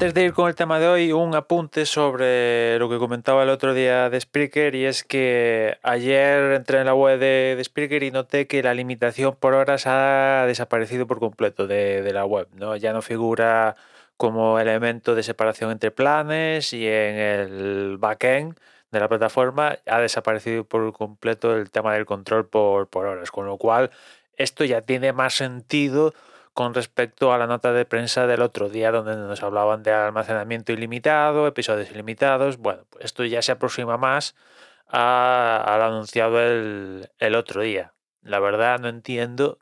Antes de ir con el tema de hoy, un apunte sobre lo que comentaba el otro día de Spreaker, y es que ayer entré en la web de Spreaker y noté que la limitación por horas ha desaparecido por completo de la web, ¿no? Ya no figura como elemento de separación entre planes, y en el backend de la plataforma ha desaparecido por completo el tema del control por horas, con lo cual esto ya tiene más sentido con respecto a la nota de prensa del otro día, donde nos hablaban de almacenamiento ilimitado, episodios ilimitados. Bueno, pues esto ya se aproxima más al anunciado el otro día. La verdad no entiendo,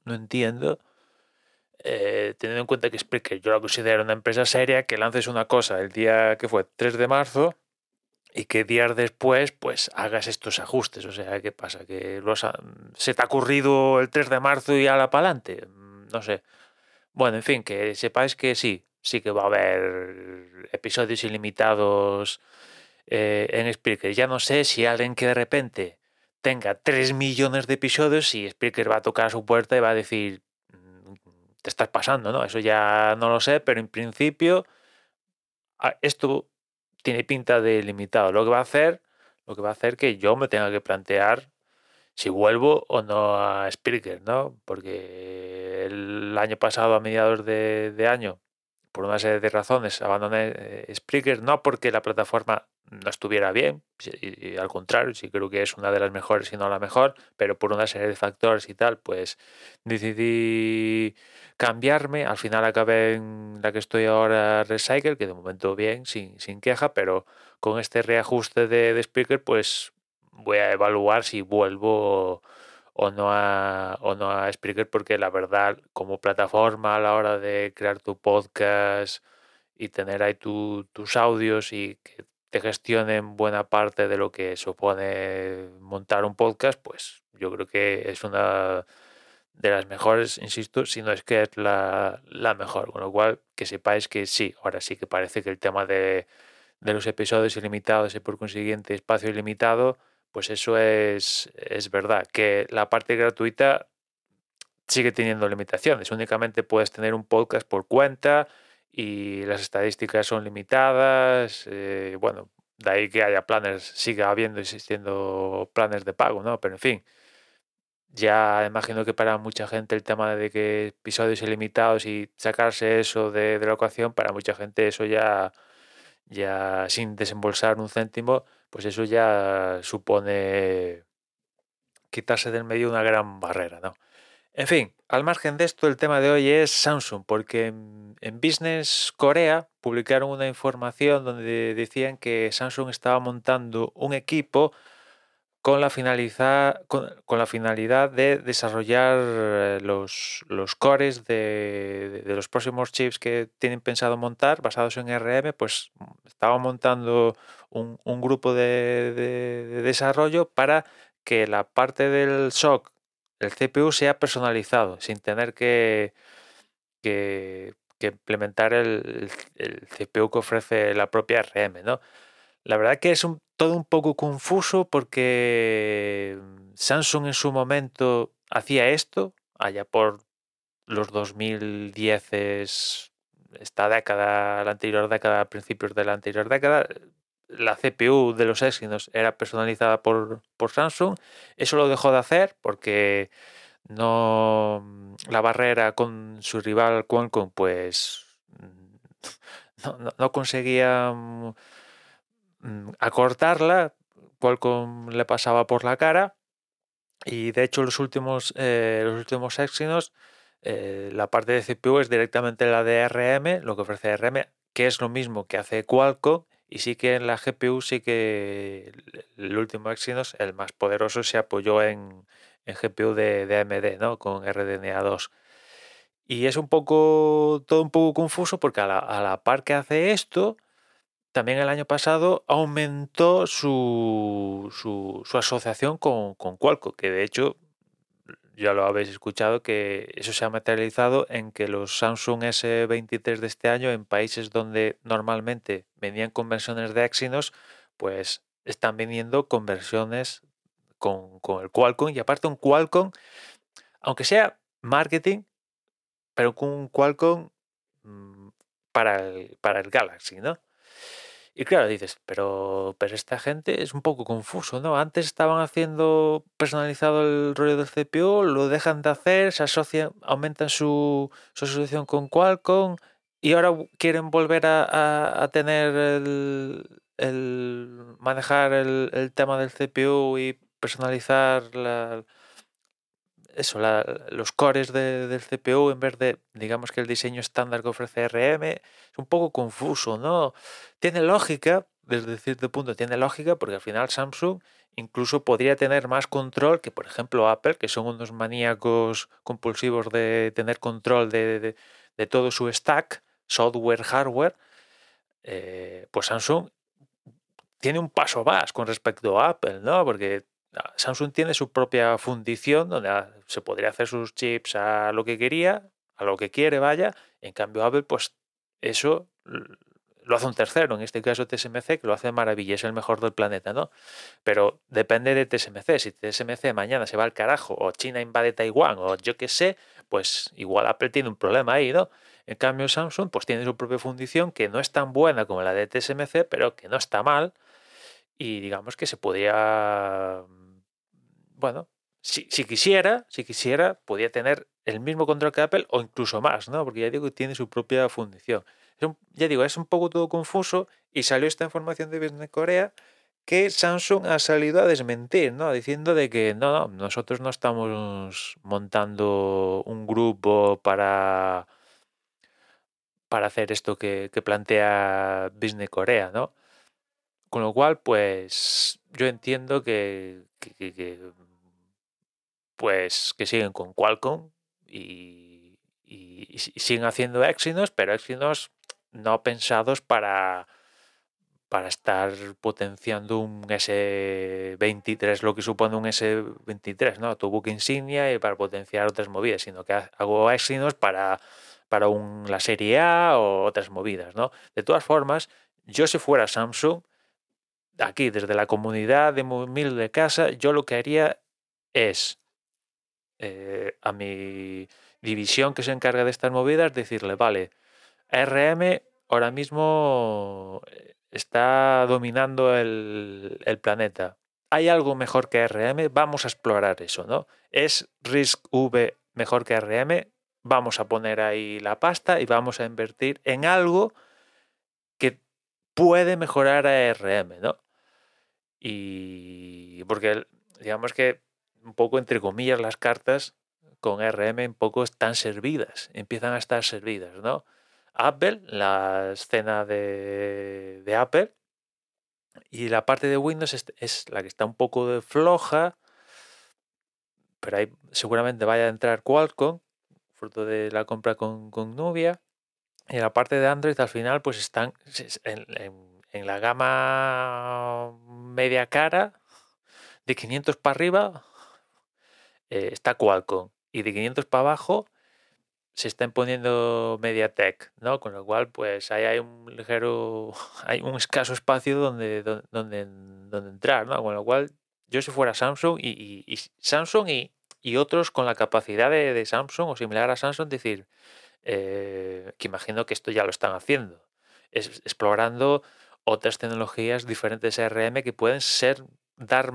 teniendo en cuenta que Spreaker yo la considero una empresa seria, que lances una cosa el día que fue 3 de marzo y que días después pues hagas estos ajustes. O sea, ¿qué pasa? ¿Que se te ha ocurrido el 3 de marzo y a la pa'lante? No sé. Bueno, en fin, que sepáis que sí que va a haber episodios ilimitados en Spreaker. Ya no sé si alguien que de repente tenga 3 millones de episodios, si Spreaker va a tocar a su puerta y va a decir, te estás pasando, ¿no? Eso ya no lo sé, pero en principio esto tiene pinta de limitado. Lo que va a hacer que yo me tenga que plantear si vuelvo o no a Spreaker, ¿no? Porque el año pasado, a mediados de año, por una serie de razones, abandoné Spreaker, no porque la plataforma no estuviera bien, y al contrario, sí creo que es una de las mejores, si no la mejor, pero por una serie de factores y tal, pues decidí cambiarme. Al final acabé en la que estoy ahora, Recycle, que de momento bien, sin queja, pero con este reajuste de Spreaker, pues voy a evaluar si vuelvo o no a Spreaker, porque la verdad, como plataforma a la hora de crear tu podcast y tener ahí tus audios y que te gestionen buena parte de lo que supone montar un podcast, pues yo creo que es una de las mejores, insisto, si no es que es la mejor. Con lo cual, que sepáis que sí, ahora sí que parece que el tema de los episodios ilimitados y por consiguiente espacio ilimitado, pues eso es verdad. Que la parte gratuita sigue teniendo limitaciones. Únicamente puedes tener un podcast por cuenta y las estadísticas son limitadas. Bueno, de ahí que haya planes, siga existiendo planes de pago, ¿no? Pero en fin, ya imagino que para mucha gente el tema de que episodios ilimitados y sacarse eso de la ecuación, para mucha gente eso ya sin desembolsar un céntimo, pues eso ya supone quitarse del medio una gran barrera, ¿no? En fin, al margen de esto, el tema de hoy es Samsung, porque en Business Corea publicaron una información donde decían que Samsung estaba montando un equipo con la finalidad de desarrollar los cores de los próximos chips que tienen pensado montar basados en RM. Pues estaba montando un grupo de desarrollo para que la parte del SoC, el CPU, sea personalizado sin tener que implementar el CPU que ofrece la propia RM, ¿no? La verdad que es todo un poco confuso, porque Samsung en su momento hacía esto, allá por los 2010, esta década, la anterior década, a principios de la anterior década. La CPU de los Exynos era personalizada por Samsung. Eso lo dejó de hacer porque la barrera con su rival Qualcomm, pues no conseguía acortarla. Qualcomm le pasaba por la cara, y de hecho los últimos Exynos, la parte de CPU es directamente la de ARM, lo que ofrece ARM, que es lo mismo que hace Qualcomm. Y sí que en la GPU sí que el último Exynos, el más poderoso, se apoyó en GPU de AMD, ¿no? Con RDNA 2. Y es todo un poco confuso, porque a la par que hace esto, también el año pasado aumentó su asociación con Qualcomm, que de hecho ya lo habéis escuchado, que eso se ha materializado en que los Samsung S23 de este año, en países donde normalmente venían con versiones de Exynos, pues están viniendo con versiones con el Qualcomm. Y aparte un Qualcomm, aunque sea marketing, pero con un Qualcomm para el Galaxy, ¿no? Y claro, dices, pero esta gente es un poco confuso, ¿no? Antes estaban haciendo personalizado el rollo del CPU, lo dejan de hacer, se asocian, aumentan su asociación con Qualcomm y ahora quieren volver a tener manejar el tema del CPU y personalizar los cores del CPU en vez de, digamos que el diseño estándar que ofrece RM. Es un poco confuso, ¿no? Tiene lógica, desde cierto punto tiene lógica, porque al final Samsung incluso podría tener más control que, por ejemplo, Apple, que son unos maníacos compulsivos de tener control de todo su stack, software, hardware. Pues Samsung tiene un paso más con respecto a Apple, ¿no? Porque Samsung tiene su propia fundición donde se podría hacer sus chips a lo que quería, a lo que quiere, vaya. En cambio, Apple, pues eso lo hace un tercero, en este caso TSMC, que lo hace de maravilla, es el mejor del planeta, ¿no? Pero depende de TSMC. Si TSMC mañana se va al carajo, o China invade Taiwán, o yo qué sé, pues igual Apple tiene un problema ahí, ¿no? En cambio, Samsung pues tiene su propia fundición que no es tan buena como la de TSMC, pero que no está mal. Y digamos que se podía, bueno, si quisiera, podía tener el mismo control que Apple o incluso más, ¿no? Porque ya digo que tiene su propia fundición. Ya digo, es un poco todo confuso y salió esta información de Business Corea que Samsung ha salido a desmentir, ¿no? Diciendo de que no, nosotros no estamos montando un grupo para hacer esto que plantea Business Corea, ¿no? Con lo cual, pues yo entiendo pues, que siguen con Qualcomm y siguen haciendo Exynos, pero Exynos no pensados para estar potenciando un S23, lo que supone un S23, ¿no? Tu buque insignia y para potenciar otras movidas, sino que hago Exynos para la serie A o otras movidas, ¿no? De todas formas, yo si fuera Samsung, aquí desde la comunidad de Mil de Casa, yo lo que haría es a mi división que se encarga de estas movidas decirle, vale, RM ahora mismo está dominando el planeta. ¿Hay algo mejor que RM? Vamos a explorar eso, ¿no? ¿Es RISC-V mejor que RM? Vamos a poner ahí la pasta y vamos a invertir en algo que puede mejorar a RM, ¿no? Y porque digamos que un poco entre comillas las cartas con RM un poco están servidas, empiezan a estar servidas, ¿no? Apple, la escena de Apple y la parte de Windows es la que está un poco de floja, pero ahí seguramente vaya a entrar Qualcomm, fruto de la compra con Nubia. Y la parte de Android al final pues están en la gama media cara de 500 para arriba está Qualcomm y de 500 para abajo se está imponiendo MediaTek, ¿no? Con lo cual, pues ahí hay un ligero, hay un escaso espacio donde entrar, ¿no? Con lo cual, yo si fuera Samsung y Samsung y otros con la capacidad de Samsung o similar a Samsung, decir, que imagino que esto ya lo están haciendo, explorando otras tecnologías diferentes a RM que pueden dar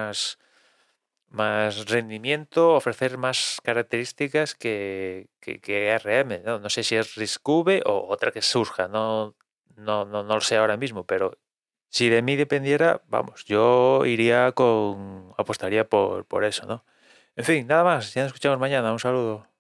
más rendimiento, ofrecer más características que RM, ¿no? No sé si es RISC-V o otra que surja, no lo sé ahora mismo, pero si de mí dependiera, vamos, yo apostaría por eso, ¿no? En fin, nada más, ya nos escuchamos mañana, un saludo.